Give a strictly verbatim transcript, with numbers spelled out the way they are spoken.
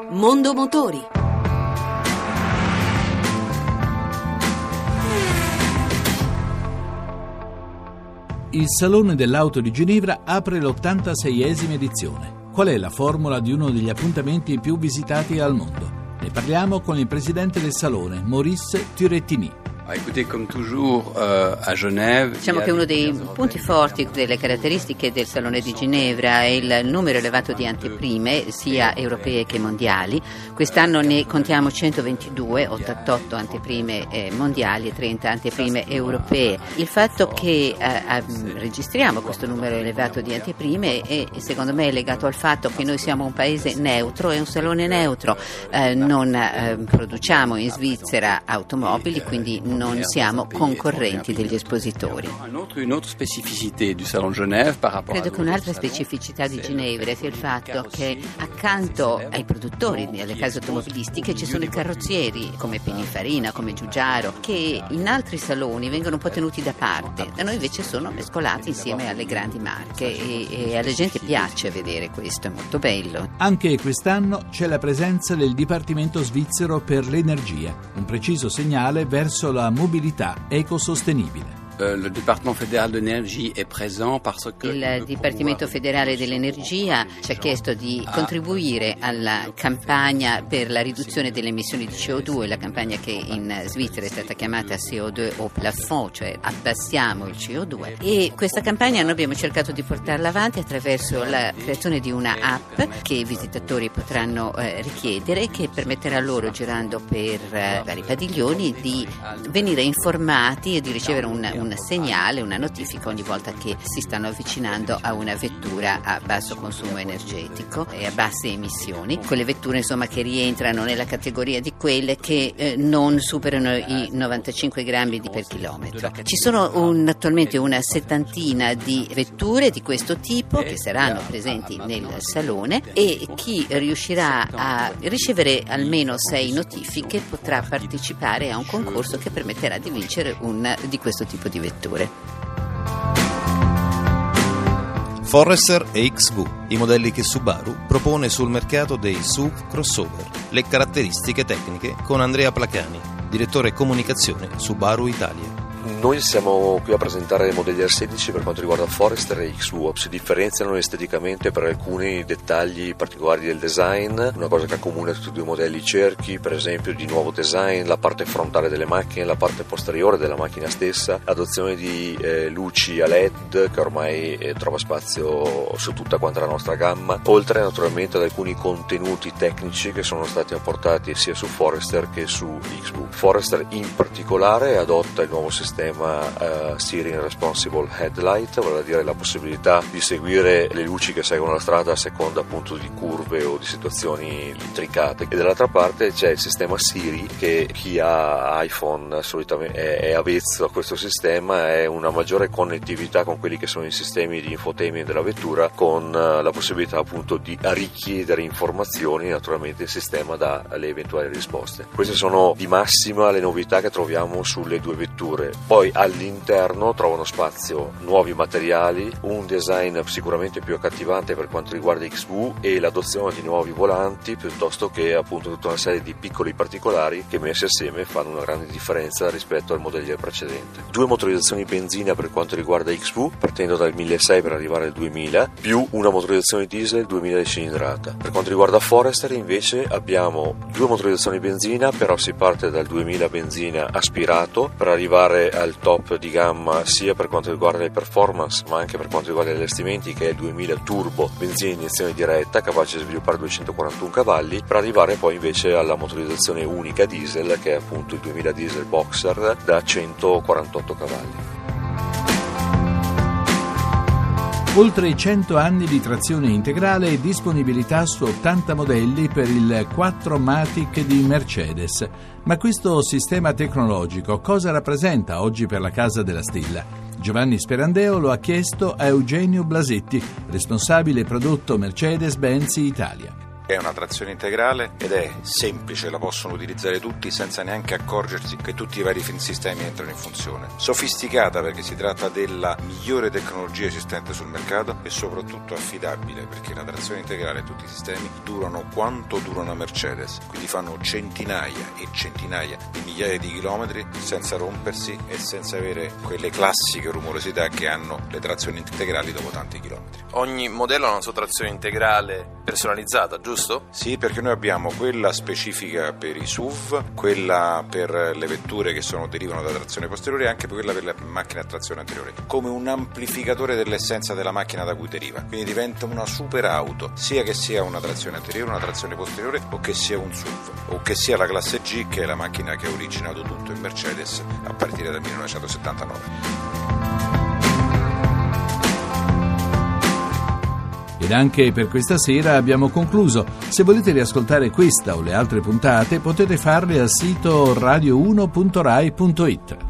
Mondo Motori. Il Salone dell'Auto di Ginevra apre l'ottantaseiesima edizione. Qual è la formula di uno degli appuntamenti più visitati al mondo? Ne parliamo con il presidente del Salone, Maurice Turrettini. Diciamo che uno dei punti forti delle caratteristiche del Salone di Ginevra è il numero elevato di anteprime, sia europee che mondiali. Quest'anno ne contiamo centoventidue, ottantotto anteprime eh, mondiali e trenta anteprime europee. Il fatto che eh, registriamo questo numero elevato di anteprime è, secondo me, è legato al fatto che noi siamo un paese neutro, è un salone neutro, eh, non eh, produciamo in Svizzera automobili, quindi non siamo concorrenti degli espositori. Credo che un'altra specificità di Ginevra sia il fatto che accanto ai produttori, alle case automobilistiche, ci sono i carrozzieri come Pininfarina, come Giugiaro, che in altri saloni vengono un po' tenuti da parte. Da noi invece sono mescolati insieme alle grandi marche e, e alla gente piace vedere questo, è molto bello. Anche quest'anno c'è la presenza del Dipartimento Svizzero per l'Energia, un preciso segnale verso la mobilità ecosostenibile. Il Dipartimento Federale dell'Energia ci ha chiesto di contribuire alla campagna per la riduzione delle emissioni di C O due, la campagna che in Svizzera è stata chiamata C O due au plafond, cioè abbassiamo il C O due, e questa campagna noi abbiamo cercato di portarla avanti attraverso la creazione di una app che i visitatori potranno eh, richiedere e che permetterà loro, girando per eh, vari padiglioni, di venire informati e di ricevere un, un un segnale, una notifica ogni volta che si stanno avvicinando a una vettura a basso consumo energetico e a basse emissioni, quelle vetture insomma che rientrano nella categoria di quelle che eh, non superano i novantacinque grammi di per chilometro. Ci sono un, attualmente una settantina di vetture di questo tipo che saranno presenti nel salone, e chi riuscirà a ricevere almeno sei notifiche potrà partecipare a un concorso che permetterà di vincere una di questo tipo di vetture. Forester e X V, i modelli che Subaru propone sul mercato dei S U V crossover. Le caratteristiche tecniche con Andrea Placani, direttore comunicazione Subaru Italia. Noi siamo qui a presentare i modelli R sedici per quanto riguarda Forester e X V. Si differenziano esteticamente per alcuni dettagli particolari del design. Una cosa che accomuna tutti e due i modelli: cerchi, per esempio, di nuovo design, la parte frontale delle macchine, la parte posteriore della macchina stessa, l'adozione di eh, luci a L E D che ormai eh, trova spazio su tutta quanta la nostra gamma, oltre naturalmente ad alcuni contenuti tecnici che sono stati apportati sia su Forester che su X V. Forester in particolare adotta il nuovo sistema Uh, Steering Responsible Headlight, vale a dire la possibilità di seguire le luci che seguono la strada a seconda appunto di curve o di situazioni intricate, e dall'altra parte c'è il sistema Siri, che chi ha iPhone solitamente è, è avvezzo a questo sistema. È una maggiore connettività con quelli che sono i sistemi di infotainment della vettura, con uh, la possibilità appunto di richiedere informazioni, naturalmente il sistema dà le eventuali risposte. Queste sono di massima le novità che troviamo sulle due vetture. Poi all'interno trovano spazio nuovi materiali, un design sicuramente più accattivante per quanto riguarda X V e l'adozione di nuovi volanti, piuttosto che appunto tutta una serie di piccoli particolari che messi assieme fanno una grande differenza rispetto al modello precedente. Due motorizzazioni benzina per quanto riguarda X V, partendo dal milleseicento per arrivare al duemila, più una motorizzazione diesel duemila di cilindrata. Per quanto riguarda Forester invece abbiamo due motorizzazioni benzina, però si parte dal duemila benzina aspirato per arrivare al top di gamma sia per quanto riguarda le performance ma anche per quanto riguarda gli allestimenti, che è il duemila turbo benzina iniezione diretta capace di sviluppare duecentoquarantuno cavalli, per arrivare poi invece alla motorizzazione unica diesel, che è appunto il duemila diesel boxer da centoquarantotto cavalli. Oltre cento anni di trazione integrale e disponibilità su ottanta modelli per il quattro matic di Mercedes. Ma questo sistema tecnologico cosa rappresenta oggi per la Casa della Stilla? Giovanni Sperandeo lo ha chiesto a Eugenio Blasetti, responsabile prodotto Mercedes-Benz Italia. È una trazione integrale ed è semplice, la possono utilizzare tutti senza neanche accorgersi che tutti i vari sistemi entrano in funzione. Sofisticata perché si tratta della migliore tecnologia esistente sul mercato e soprattutto affidabile perché la trazione integrale e tutti i sistemi durano quanto dura una Mercedes, quindi fanno centinaia e centinaia di migliaia di chilometri senza rompersi e senza avere quelle classiche rumorosità che hanno le trazioni integrali dopo tanti chilometri. Ogni modello ha una sua trazione integrale personalizzata, giusto? Sì, perché noi abbiamo quella specifica per i S U V, quella per le vetture che sono, derivano da trazione posteriore e anche quella per le macchine a trazione anteriore, come un amplificatore dell'essenza della macchina da cui deriva. Quindi diventa una super auto, sia che sia una trazione anteriore, una trazione posteriore o che sia un S U V, o che sia la classe G, che è la macchina che ha originato tutto in Mercedes a partire dal millenovecentosettantanove. Ed anche per questa sera abbiamo concluso. Se volete riascoltare questa o le altre puntate potete farle al sito radio uno punto rai punto it.